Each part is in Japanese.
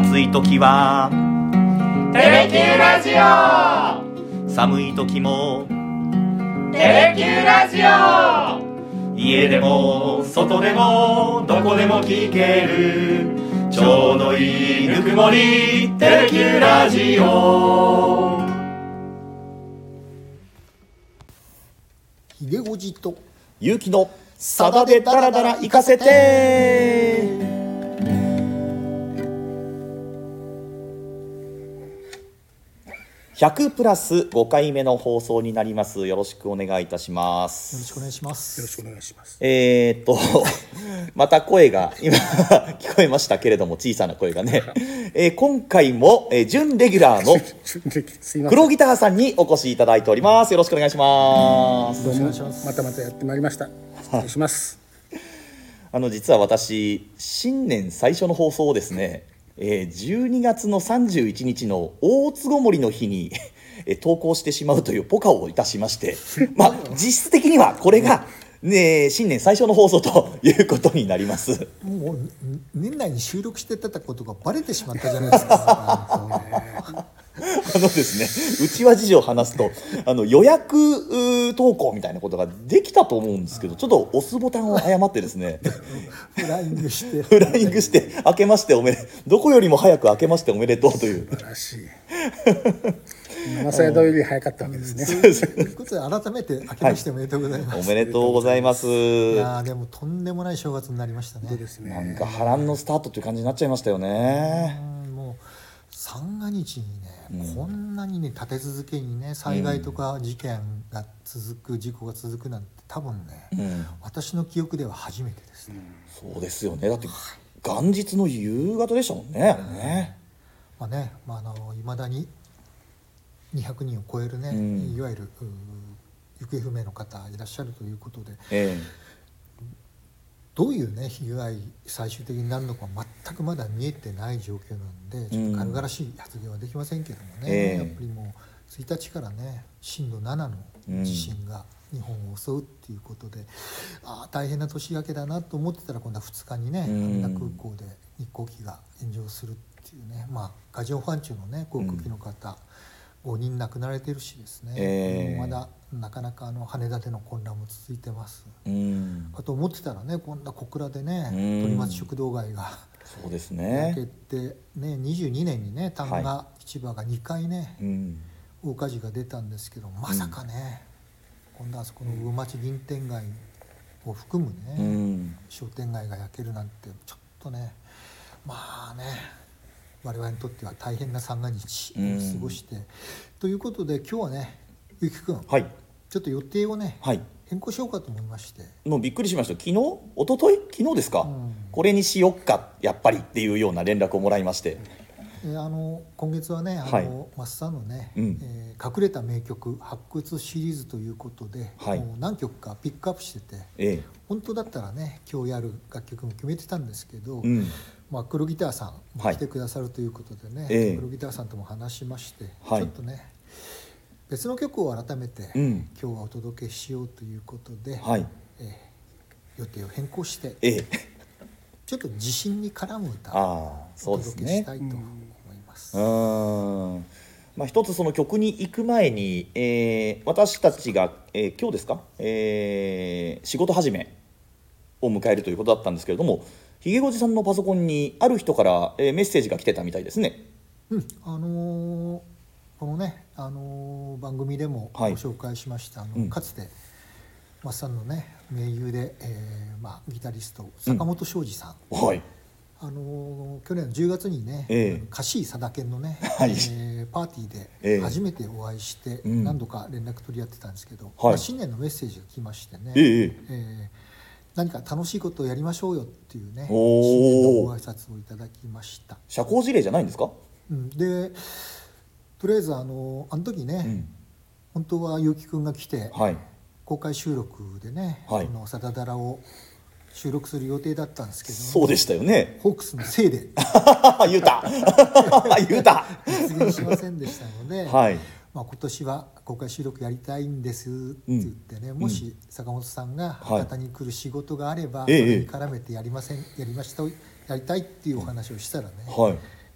暑い時はテレキューラジオ、 寒い時もテレキューラジオ、 家でも外でもどこでも聞けるちょうどいいぬくもりテレキューラジオ。 ひげごじとゆうきのさだでダラダラ行かせて。100プラス5回目の放送になります。よろしくお願いいたします。 よろしくお願いします。 よろしくお願いします。 また声が今聞こえましたけれども、小さな声がね、今回も、準レギュラーの黒ギターさんにお越しいただいております。よろしくお願いします。 どうもまたやってまいりました。失礼します。 実は私新年最初の放送をですね、12月の31日の大巣ごもりの日に投稿してしまうというポカをいたしまして実質的にはこれが、新年最初の放送ということになります。 もう年内に収録してたことがバレてしまったじゃないですか。 ですね、内輪事情を話すと予約投稿みたいなことができたと思うんですけど、ちょっと押すボタンを誤ってですねフライングして明けましてどこよりも早く明けましておめでとうという。 素晴らしい。正宿より早かったわけですね。 ということで改めて明けましておめでとうございます。 おめでとうございます。 いやでもとんでもない正月になりましたね。 そうですね。 なんか波乱のスタートという感じになっちゃいましたよね。 もう三が日にね、こんなにね立て続けにね災害とか事件が続く、事故が続くなんて多分ね、私の記憶では初めてですね。 そうですよね。だって元日の夕方でしたもんね、あれね。 未だに200人を超えるね、いわゆる行方不明の方いらっしゃるということで、どういうね被害最終的になるのか全くまだ見えてない状況なんで、ちょっと軽々しい発言はできませんけどもね、やっぱりもう1日からね震度7の地震が日本を襲うっていうことで、大変な年明けだなと思ってたら、今度は2日にね羽田空港で日航機が炎上するっていうね、海上保安庁のね航空機の方、5人亡くなられてるしですね、まだなかなか羽田での混乱も続いてます。かと思ってたらね、今度は小倉でね鳥松食堂街がそうですね焼けてね、22年にね旦過市場が2回ね、大火事が出たんですけど、まさかね、今度はそこの魚町銀天街を含むね、商店街が焼けるなんて、ちょっとね我々にとっては大変な三が日を過ごして、ということで今日はね、ゆきくん、ちょっと予定をね、変更しようかと思いまして。 もうびっくりしました。昨日一昨日昨日ですか、これにしよっかやっぱりっていうような連絡をもらいまして、 今月はねマッサンのね、隠れた名曲発掘シリーズということで、もう何曲かピックアップしてて、本当だったらね今日やる楽曲も決めてたんですけど、黒ギターさんも来てくださるということでね、黒ギターさんとも話しまして、ちょっとね別の曲を改めて、今日はお届けしようということで、予定を変更して、ちょっと地震に絡む歌をお届けしたいと思います。 一つその曲に行く前に、私たちが、今日ですか、仕事始めを迎えるということだったんですけれども、ひげごじさんのパソコンにある人から、メッセージが来てたみたいですね。 このね、番組でもご紹介しました、かつてマッサンのね盟友で、ギタリスト坂本昌司さん、去年の10月にね、カシーサダケンのね、パーティーで初めてお会いして、何度か連絡取り合ってたんですけど、新年のメッセージが来ましてね、何か楽しいことをやりましょうよっていうね、新年のご挨拶をいただきました。 社交辞令じゃないんですか？ でとりあえずあの時ね、本当は結城くんが来て、公開収録でね、サダダラを収録する予定だったんですけど、 そうでしたよね。 ホークスのせいで言うた実現しませんでしたので、今年は公開収録やりたいんですって言ってね、もし坂本さんが博多に来る仕事があれば、それに絡めてやりたいっていうお話をしたらね、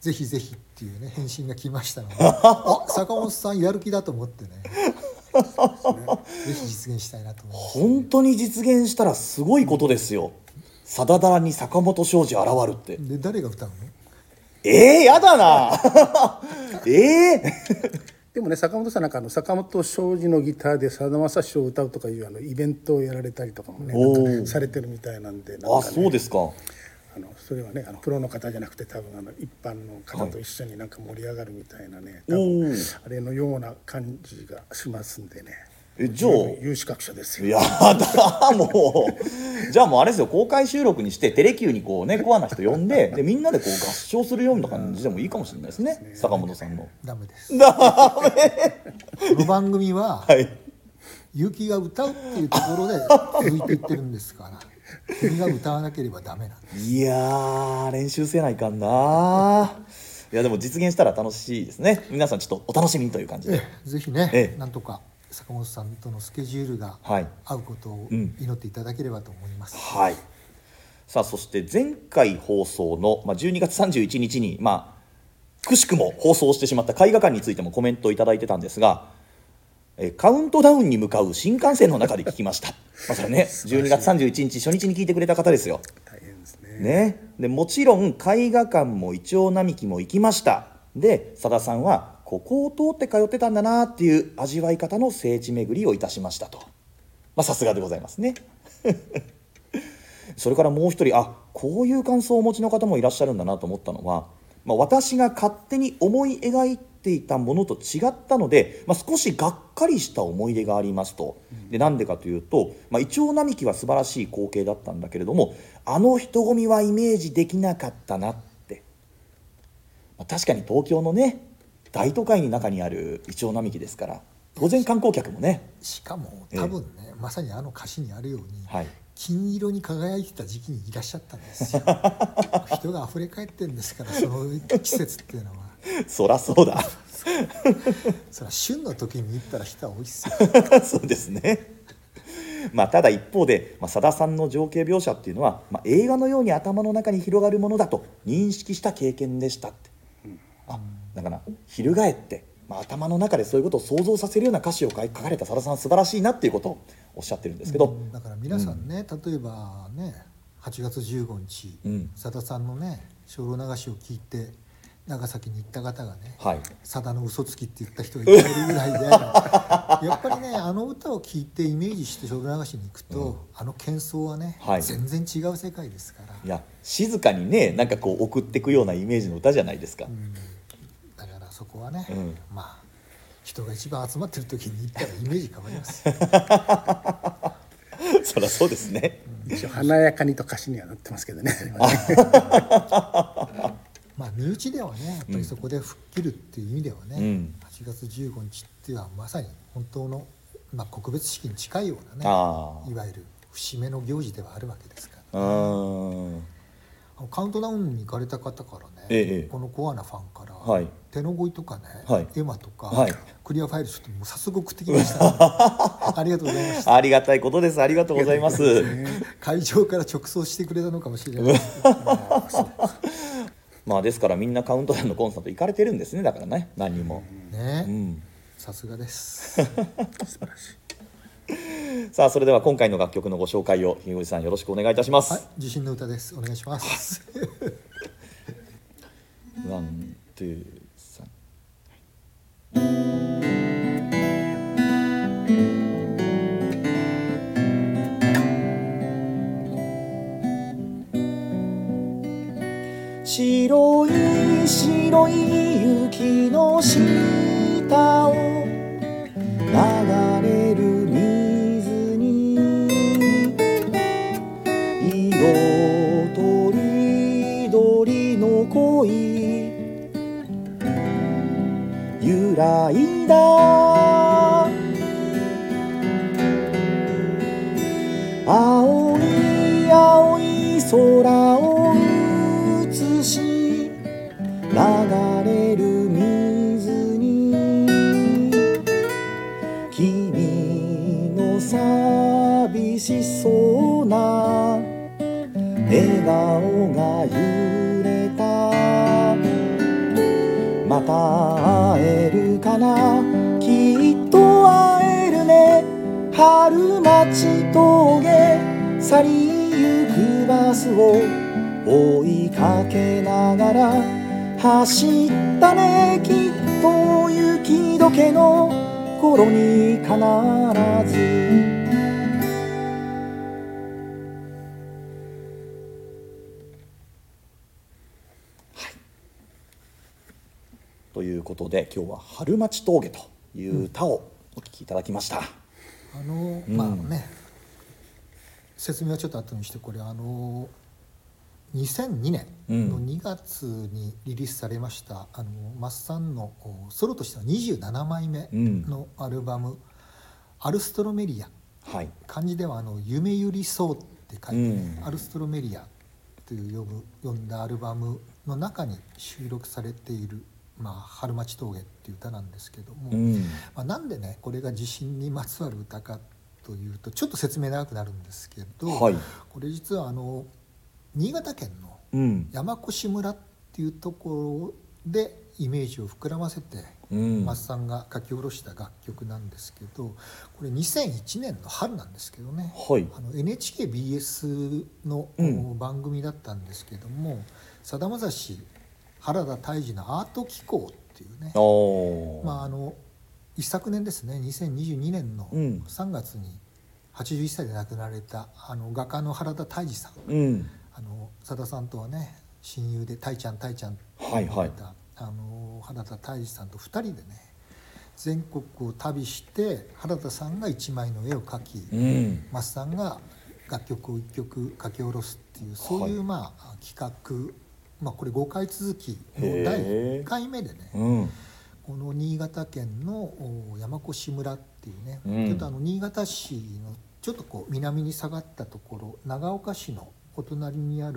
ぜひぜひっていうね返信が来ましたのであ、坂本さんやる気だと思ってねぜひ実現したいなと思います、ね、 本当に実現したらすごいことですよ。さだだらに坂本庄司現るって。 で誰が歌うの？ やだなでもね、坂本さんなんか坂本庄司のギターでさだまさしを歌うとかいうイベントをやられたりとかもねなんかされてるみたいなんで、なんかね、 あ、そうですか。 それはねプロの方じゃなくて多分一般の方と一緒になんか盛り上がるみたいなね、多分あれのような感じがしますんでね。 じゃあ有資格者ですよ。 やだもうじゃあもうあれですよ、公開収録にしてテレキューにこうねコアな人呼んでみんなでこう合唱するような感じでもいいかもしれないですね、坂本さんの。 ダメです。 ダメこの番組は、 はい、 結城が歌うっていうところで続いていってるんですから君が歌わなければダメなんです。 いやー練習せないかんな。いやでも実現したら楽しいですね。皆さんちょっとお楽しみにという感じで、 ぜひね、なんとか坂本さんとのスケジュールが合うことを祈っていただければと思います、 はい。さあそして前回放送の、12月31日に、くしくも放送してしまった絵画館についてもコメントをいただいてたんですが、カウントダウンに向かう新幹線の中で聞きましたそれね、12月31日初日に聞いてくれた方ですよ。 大変ですね。 でもちろん絵画館もイチョウ並木も行きました。でさださんはここを通って通ってたんだなっていう味わい方の聖地巡りをいたしましたと。さすがでございますねそれからもう一人、こういう感想をお持ちの方もいらっしゃるんだなと思ったのは、私が勝手に思い描いていたものと違ったので、少しがっかりした思い出がありますと。でなんでかというと、イチョウ並木は素晴らしい光景だったんだけれども、あの人混みはイメージできなかったなって。確かに東京のね大都会の中にあるイチョウ並木ですから、当然観光客もね。 しかも多分ね、まさにあの歌詞にあるように、 はい金色に輝いてた時期にいらっしゃったんですよ人があふれ返ってるんですから、その季節っていうのはそらそうだそら旬の時に行ったら人は多いっすよそうですねただ一方で、さださんの情景描写っていうのは、映画のように頭の中に広がるものだと認識した経験でしたって、だから翻って、頭の中でそういうことを想像させるような歌詞を書かれたさださん素晴らしいなっていうことをおっしゃってるんですけど、 だから皆さんね、例えばね8月15日さださんのね精霊流しを聞いて長崎に行った方がね、さだの嘘つきって言った人がいっぱいいるぐらいでやっぱりねあの歌を聴いてイメージして精霊流しに行くと、あの喧騒はね、全然違う世界ですから。 いや静かにねなんかこう送っていくようなイメージの歌じゃないですか、 だからそこはね、人が一番集まってる時に行ったらイメージ変わりますそりゃそうですね、 一応華やかにと歌詞にはなってますけどね身内ではねやっぱりそこで吹っ切るっていう意味ではね、8月15日っていうのはまさに本当の、告別式に近いようなね、いわゆる節目の行事ではあるわけですから、カウントダウンに行かれた方からね、このコアなファンから、手の声とかね、エマとか、クリアファイルちょっともう早速送ってきました、ありがとうございました。 ありがたいことです。ありがとうございます会場から直送してくれたのかもしれないですですからみんなカウントダウンのコンサート行かれてるんですね。だからね何人もね、さすがです素晴らしい。 さあそれでは今回の楽曲のご紹介をひぐりさんよろしくお願いいたします。 自信の歌です。お願いしますワン、ツー、サン。白い白い雪の下を流れる水に色とりどりの恋揺らいだ青い青い空を映し流れる水に君の寂しそうな笑顔が揺れたた会えるかな、きっと会えるね。春町峠去りゆくバスを追いかけながら走ったね、きっと雪解けの頃に必ず。ということで今日は春町峠という歌をお聴きいただきました。 まあね、説明はちょっと後にして、これ2002年の2月にリリースされました、マッサンのソロとしては27枚目のアルバム「アルストロメリア」、漢字では夢ゆりそうって書いてね、アルストロメリアという呼んだアルバムの中に収録されている春町峠っていう歌なんですけども、なんでねこれが地震にまつわる歌かというと、ちょっと説明長くなるんですけど、これ実は新潟県の山古村っていうところでイメージを膨らませて松さんが書き下ろした楽曲なんですけど、これ2001年の春なんですけどね、NHKBS の番組だったんですけども、さだまさし原田泰治のアート機構っていうね、一昨年ですね、2022年の3月に81歳で亡くなられた画家の原田泰治さん、さださんとはね親友で泰ちゃんって言われた原田泰治さんと2人でね全国を旅して、原田さんが1枚の絵を描き、松さんが楽曲を1曲書き下ろすっていう、そういう企画、これ5回続きの第1回目でね、この新潟県の山古村っていうね、ちょっと新潟市のちょっとこう南に下がったところ、長岡市のお隣にある、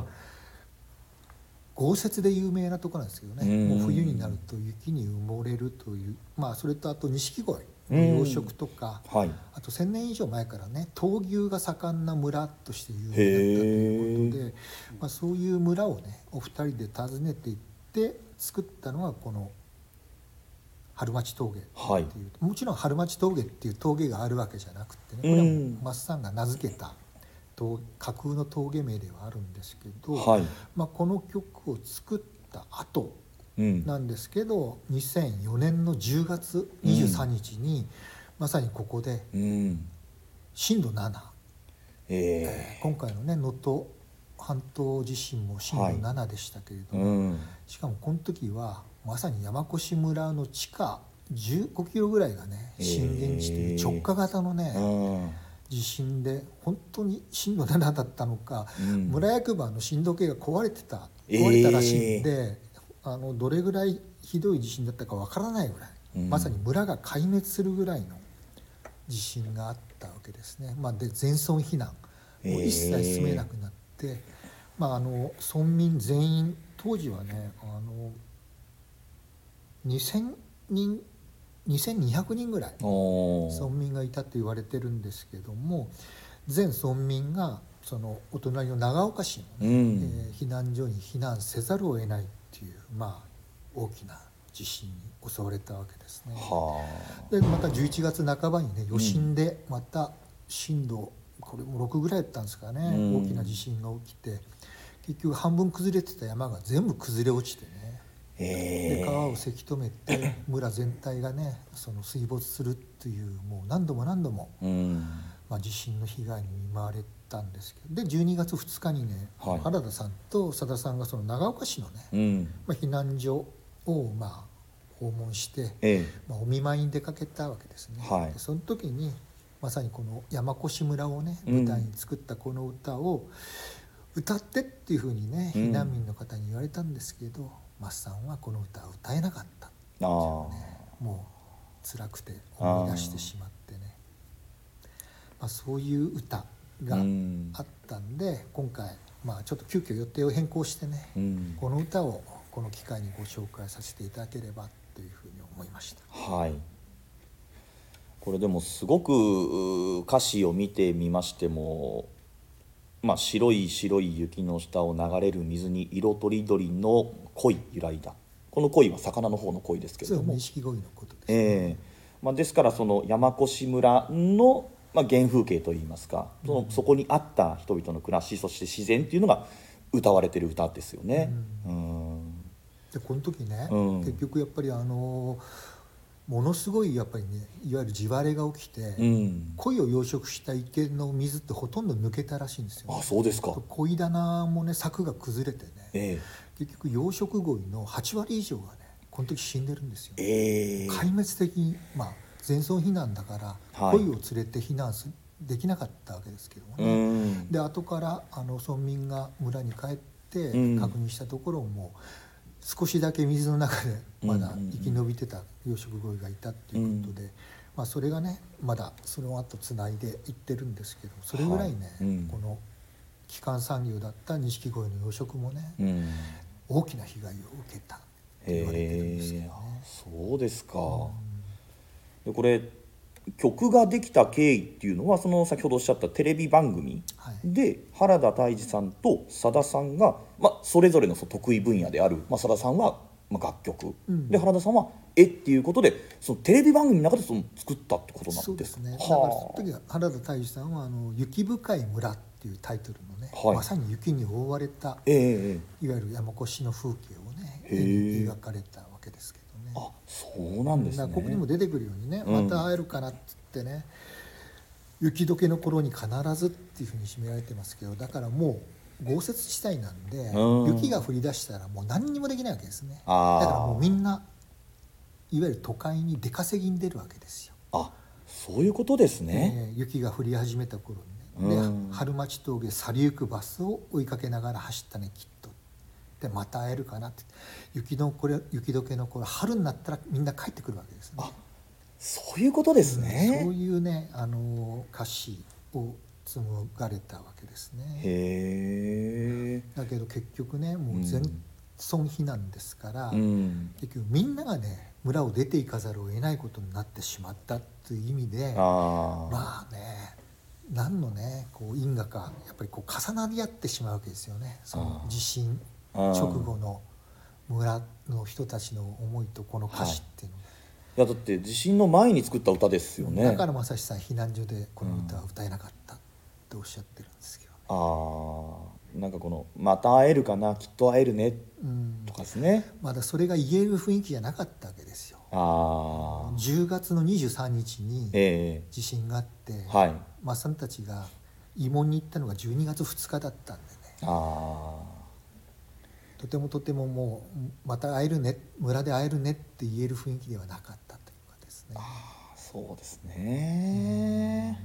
豪雪で有名なところなんですけどね、もう冬になると雪に埋もれるという、それとあと錦鯉の養殖とか、あと1000年以上前からね闘牛が盛んな村として有名だったということで、そういう村をねお二人で訪ねていって作ったのがこの春町峠っていう、もちろん春町峠っていう峠があるわけじゃなくてね、これは松さんが名付けた架空の峠名ではあるんですけど、この曲を作った後なんですけど、2004年の10月23日に、まさにここで震度7、今回のね能登半島地震も震度7でしたけれども、しかもこの時はまさに山古村の地下15キロぐらいがね震源地という直下型のね地震で、本当に震度7だったのか、村役場の震度計が壊れたらしいんで、どれぐらいひどい地震だったかわからないぐらい、まさに村が壊滅するぐらいの地震があったわけですね。で全村避難もう一切進めなくなって、村民全員当時はね2200人ぐらい村民がいたと言われてるんですけども、全村民がそのお隣の長岡市の、避難所に避難せざるを得ないっていう、大きな地震に襲われたわけですね。でまた11月半ばにね余震でまた震度これも6ぐらいだったんですかね、大きな地震が起きて、結局半分崩れてた山が全部崩れ落ちてね、で川をせき止めて村全体がねその水没するっていう、もう何度も地震の被害に見舞われたんですけど、で12月2日にね、原田さんとさださんがその長岡市のね、避難所を訪問して、お見舞いに出かけたわけですね。でその時にまさにこの山古村をね舞台に作ったこの歌を歌ってっていうふうにね避難民の方に言われたんですけど、松さんはこの歌を歌えなかったっていうね、もう辛くて思い出してしまってね、そういう歌があったんで、今回ちょっと急遽予定を変更してね、この歌をこの機会にご紹介させていただければというふうに思いました。 これでもすごく歌詞を見てみましても、白い雪の下を流れる水に色とりどりの恋揺らいだこの鯉は魚の方の鯉ですけれども、 錦鯉のことですね。 ですからその山越村の、原風景といいますか、そこにあった人々の暮らし、そして自然っていうのが歌われてる歌ですよね。 でこの時ね、結局やっぱりものすごいやっぱりね、いわゆる地割れが起きて、鯉を養殖した池の水ってほとんど抜けたらしいんですよ、ね。 あ、そうですか。 鯉棚もね、柵が崩れてね、結局養殖鯉の8割以上がねこの時死んでるんですよ。壊滅的に、全村避難だから鯉を連れて避難できなかったわけですけどもね。で後から村民が村に帰って確認したところも、少しだけ水の中でまだ生き延びてた養殖鯉がいたっていうことで、それがねまだその後つないでいってるんですけど、それぐらいね、この基幹産業だった錦鯉の養殖もね、大きな被害を受けたって言われてるんですけどね。 そうですか。でこれ曲ができた経緯っていうのは、その先ほどおっしゃったテレビ番組で、原田泰治さんとさださんが、それぞれの得意分野である、さださんは楽曲、で原田さんは絵っていうことで、そのテレビ番組の中で作ったってことなんですか。 そうですね。だからその時は原田泰治さんは雪深い村っていうタイトルのね、まさに雪に覆われた、いわゆる山越しの風景をね描かれたわけですけどね。 あ、そうなんですね。 ここにも出てくるようにね、また会えるかなっつってね、雪解けの頃に必ずっていうふうに締められてますけど、だからもう豪雪地帯なんで、雪が降り出したらもう何にもできないわけですね。だからもうみんないわゆる都会に出稼ぎに出るわけですよ。 あ、そういうことですね。 雪が降り始めた頃にね、で春町峠去りゆくバスを追いかけながら走ったねきっと。でまた会えるかなって、雪解けの頃、春になったらみんな帰ってくるわけですね。 あ、そういうことですね。 そういうね歌詞を紡がれたわけですね。だけど結局ね、もう全村避難ですから、結局みんながね村を出ていかざるを得ないことになってしまったという意味で、何のね因果かやっぱり重なり合ってしまうわけですよね。その地震直後の村の人たちの思いとこの歌詞っていうのが、 いやだって地震の前に作った歌ですよね。 だから正志さん避難所でこの歌は歌えなかったっておっしゃってるんですけど、 なんかこのまた会えるかな、きっと会えるねとかですね。 まだそれが言える雰囲気じゃなかったわけですよ。10月の23日に地震があって、マッサンたちが慰問に行ったのが12月2日だったんでね、とてももうまた会えるね、村で会えるねって言える雰囲気ではなかったというかですね。 そうですね。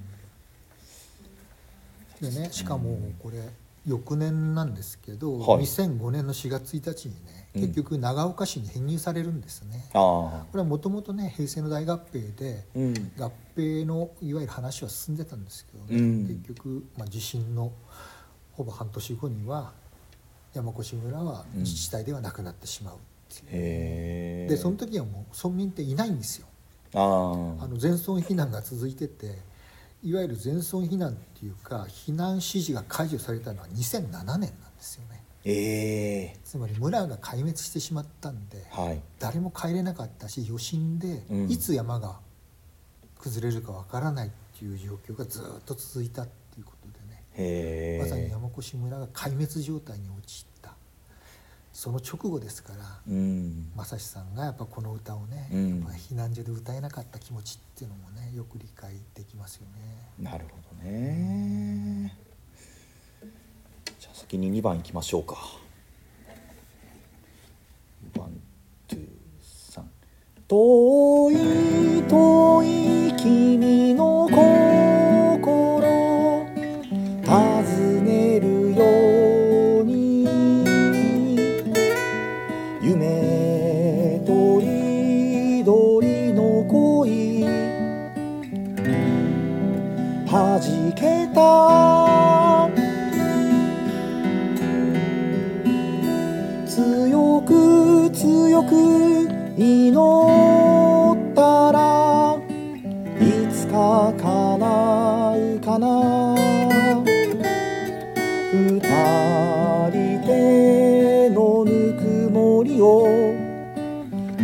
でね、しかもこれ翌年なんですけど、2005年の4月1日にね、結局長岡市に編入されるんですね。これはもともとね平成の大合併で、合併のいわゆる話は進んでたんですけどね、結局、地震のほぼ半年後には山越村は自治体ではなくなってしまうっていう。でその時はもう村民っていないんですよ。全村避難が続いてて、いわゆる全村避難っていうか避難指示が解除されたのは2007年なんですよね。つまり村が壊滅してしまったんで、誰も帰れなかったし、余震でいつ山が崩れるかわからないっていう状況がずっと続いたっていうことでね、まさに山越村が壊滅状態に陥ったその直後ですから、正志さんがやっぱこの歌をね、避難所で歌えなかった気持ちっていうのもねよく理解できますよね。 なるほどね。じゃあ先に2番いきましょうか。ワン、ツー、サン。遠い遠い君の心尋ねるように、夢とりどりの恋はじけた、強く強く祈ったらいつか叶うかな、二人手のぬくもりを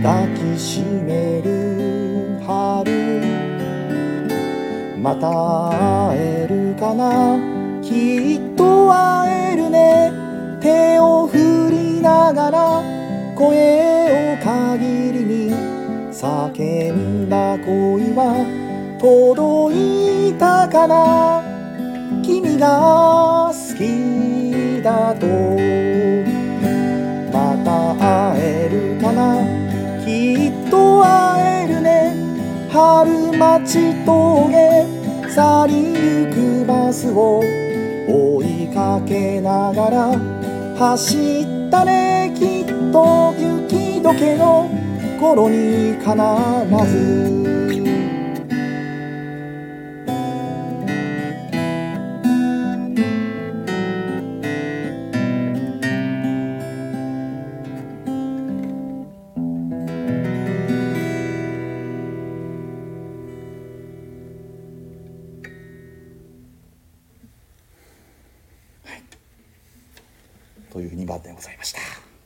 抱きしめる春、また会えるかな、きっと会えるね。手を振りながら声を限りに叫んだ恋は届いたかな。君が好きだとまた会えるかな、きっと会えるね。春町峠去りゆくバスを追いかけながら走ったね。きっと雪解けの頃に必ず。という2番でございました。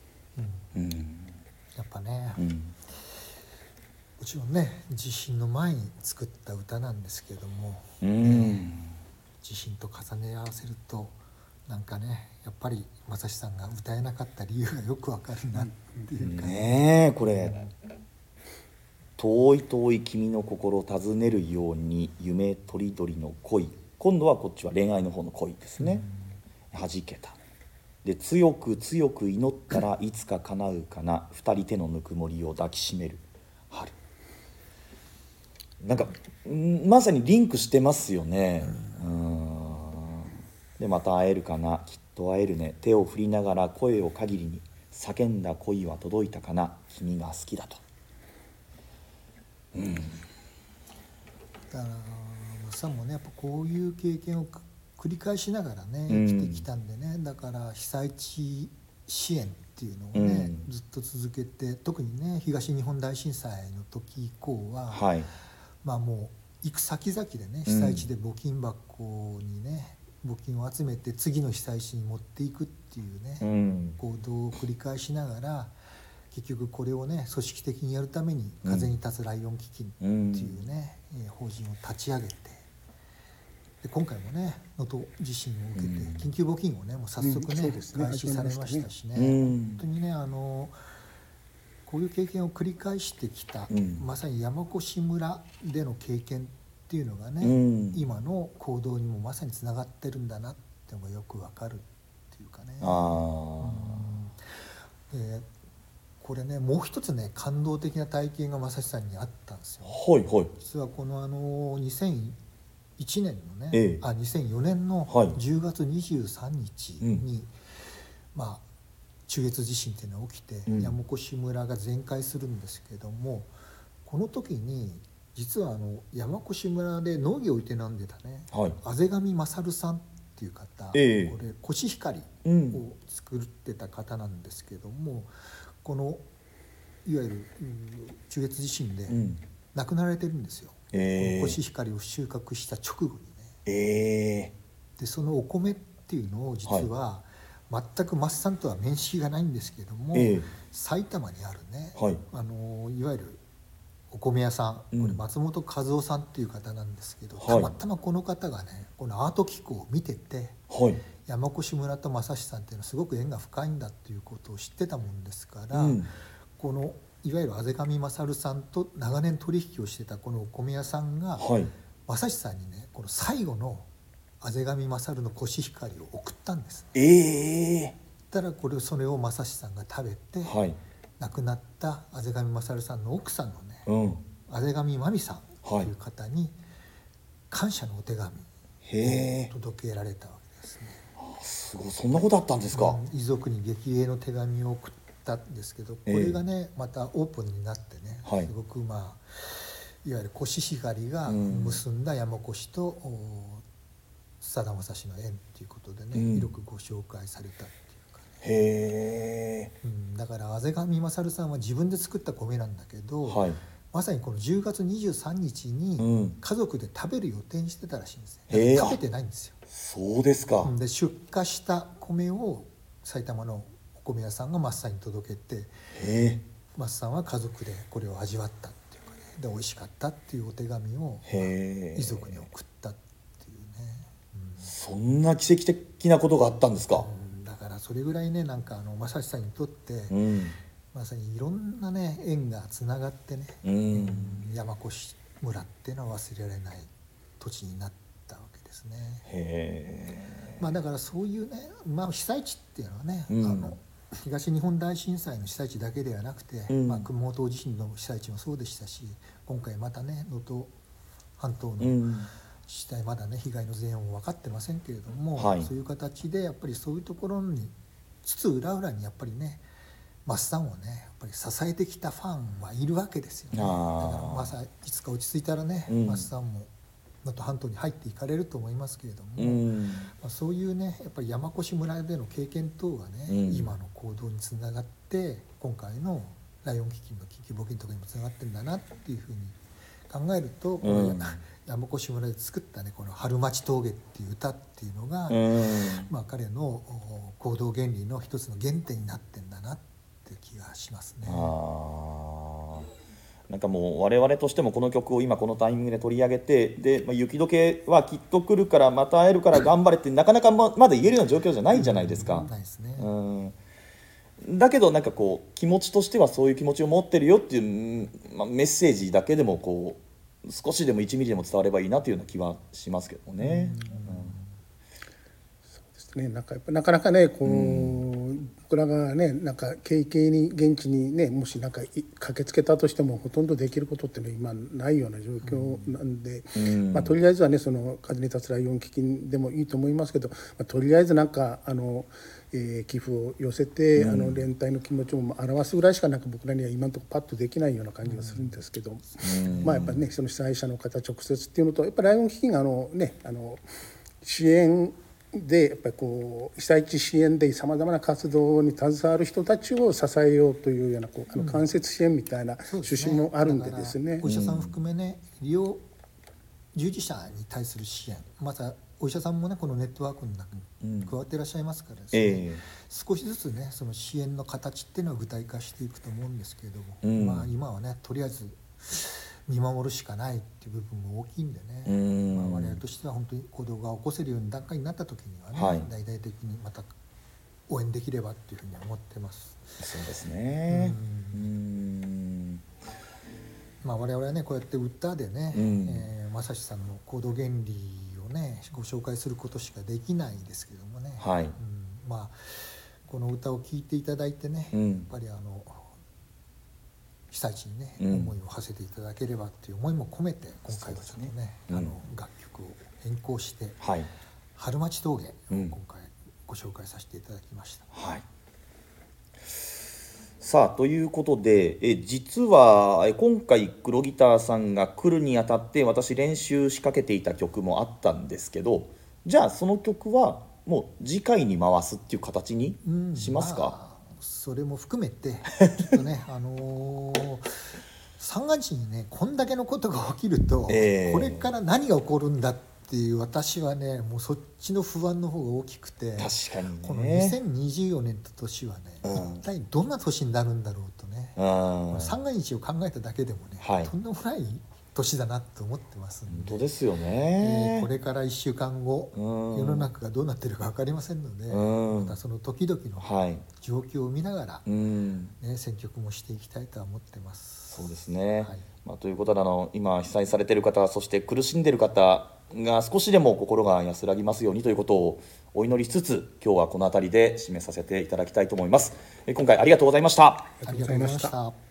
やっぱね、 うん、 もちろんね地震の前に作った歌なんですけども、地震と重ね合わせるとなんかねやっぱり正志さんが歌えなかった理由がよくわかるなっていうか、 ねえこれ遠い遠い君の心を尋ねるように夢とりどりの恋、今度はこっちは恋愛の方の恋ですね。弾けたで強く強く祈ったらいつか叶うかな、二人手のぬくもりを抱きしめる春。なんかまさにリンクしてますよね。でまた会えるかな、きっと会えるね。手を振りながら声を限りに叫んだ恋は届いたかな、君が好きだと。 だから松さんもねやっぱこういう経験を繰り返しながらね生きてきたんでね、だから被災地支援っていうのをね、ずっと続けて、特にね東日本大震災の時以降は、まあもう行く先々でね被災地で募金箱にね募金を集めて次の被災地に持っていくっていうね、行動を繰り返しながら結局これをね組織的にやるために風に立つライオン基金っていうね、法人を立ち上げて、で今回もね能登地震を受けて緊急募金をねもう早速ね、開始されましたしね、本当にねこういう経験を繰り返してきた、まさに山古村での経験っていうのがね、今の行動にもまさにつながってるんだなってのがよくわかるっていうかね。でこれねもう一つね感動的な体験が正志さんにあったんですよ。実はこの2001年のね、2004年の10月23日に、まあ中越地震っていうのが起きて、山古村が全壊するんですけども、この時に実は山古村で農業を営んでたね、畔上勝さんっていう方、これコシヒカリを作ってた方なんですけども、このいわゆる中越地震で亡くなられてるんですよ。コシヒカリを収穫した直後にね。でそのお米っていうのを実は、全くマスさんとは面識がないんですけども、埼玉にあるね、いわゆるお米屋さん、これ松本和夫さんっていう方なんですけど、たまたまこの方がねこのアート機構を見てて、山古村と正志さんっていうのはすごく縁が深いんだっていうことを知ってたもんですから、このいわゆる畔上勝さんと長年取引をしてたこのお米屋さんが、正志さんにねこの最後の畔上勝のコシヒカリを送ったんです。たらそれを正志さんが食べて、亡くなった畔上勝さんの奥さんのね、畔上真美さんという方に感謝のお手紙を届けられたわけですね。 すごい、そんなことあったんですか。 遺族に激励の手紙を送ったんですけど、これがねまたオープンになってね、すごくいわゆるコシヒカリが結んだ山古志とさだまさしの縁っていうことでね、広くご紹介されたっていうかね。だから畔上勝さんは自分で作った米なんだけど、まさにこの10月23日に家族で食べる予定にしてたらしいんですね。食べてないんですよ。 そうですか。 で出荷した米を埼玉のお米屋さんが真っ先に届けて、 増さんは家族でこれを味わったっていうかね、で美味しかったっていうお手紙を遺族に送ったっていうね、 そんな奇跡的なことがあったんですか。 だからそれぐらいね、なんか正志さんにとって、まさにいろんなね縁がつながってね、山古志村っていうのは忘れられない土地になったわけですね。だからそういうね、被災地っていうのはね、東日本大震災の被災地だけではなくて、熊本地震の被災地もそうでしたし、今回またね能登半島の被災、まだね被害の全容も分かってませんけれども、そういう形でやっぱりそういうところに津々浦々にやっぱりね増さんをねやっぱり支えてきたファンはいるわけですよね。だからいつか落ち着いたらね、増さんも能登半島に入っていかれると思いますけれども、そういうねやっぱり山古志村での経験等がね、今の行動につながって今回のライオン基金の緊急募金とかにもつながってるんだなっていうふうに考えると、この山古志村で作ったねこの「春町峠」っていう歌っていうのが、彼の行動原理の一つの原点になってんだなって気がしますね。 なんかもう我々としてもこの曲を今このタイミングで取り上げて、で、雪解けはきっと来るからまた会えるから頑張れってなかなかまだ言えるような状況じゃないじゃないですか。 ないですね。 だけどなんかこう気持ちとしてはそういう気持ちを持ってるよっていう、メッセージだけでもこう少しでも1ミリでも伝わればいいなというような気はしますけどね。 そうですね。なんかやっぱなかなかねこう、僕らがねなんか経験に現地にねもしなんか駆けつけたとしてもほとんどできることって今ないような状況なんで、とりあえずはねその風に立つライオン基金でもいいと思いますけど、とりあえずなんか寄付を寄せて、連帯の気持ちを表すぐらいしかなんか僕らには今のところパッとできないような感じがするんですけど、やっぱりねその被災者の方直接っていうのとやっぱりライオン基金が支援でやっぱりこう被災地支援でさまざまな活動に携わる人たちを支えようというような間接支援みたいな趣旨もあるんでですね。 お医者さん含めね医療従事者に対する支援、またお医者さんもねこのネットワークの中に加わっていらっしゃいますからですね、少しずつねその支援の形っていうのは具体化していくと思うんですけれども、今はねとりあえず見守るしかないっていう部分も大きいんでね、我々としては本当に行動が起こせるような段階になった時にはね、大々的にまた応援できればっていうふうに思ってます。 そうですね。 我々はねこうやって歌でね、正志さんの行動原理をねご紹介することしかできないですけどもね、この歌を聴いていただいてね、やっぱり被災地にね、思いを馳せていただければっていう思いも込めて今回はちょっとね楽曲を変更して「春町峠」を今回ご紹介させていただきました。 さあということで実は今回黒ギターさんが来るにあたって私練習しかけていた曲もあったんですけど、じゃあその曲はもう次回に回すっていう形にしますか？ それも含めてちょっとね三が日にねこんだけのことが起きると、これから何が起こるんだっていう私はねもうそっちの不安の方が大きくて、 確かにね、 この2024年と年はね、一体どんな年になるんだろうとね、三が日を考えただけでもね、とんでもない年だなと思ってますんで。 本当ですよね、 これから1週間後、世の中がどうなってるか分かりませんので、またその時々の状況を見ながら、選曲もしていきたいとは思ってます。 そうですね、ということで今被災されている方、そして苦しんでいる方が少しでも心が安らぎますようにということをお祈りしつつ、今日はこの辺りで締めさせていただきたいと思います。今回ありがとうございました。 ありがとうございました。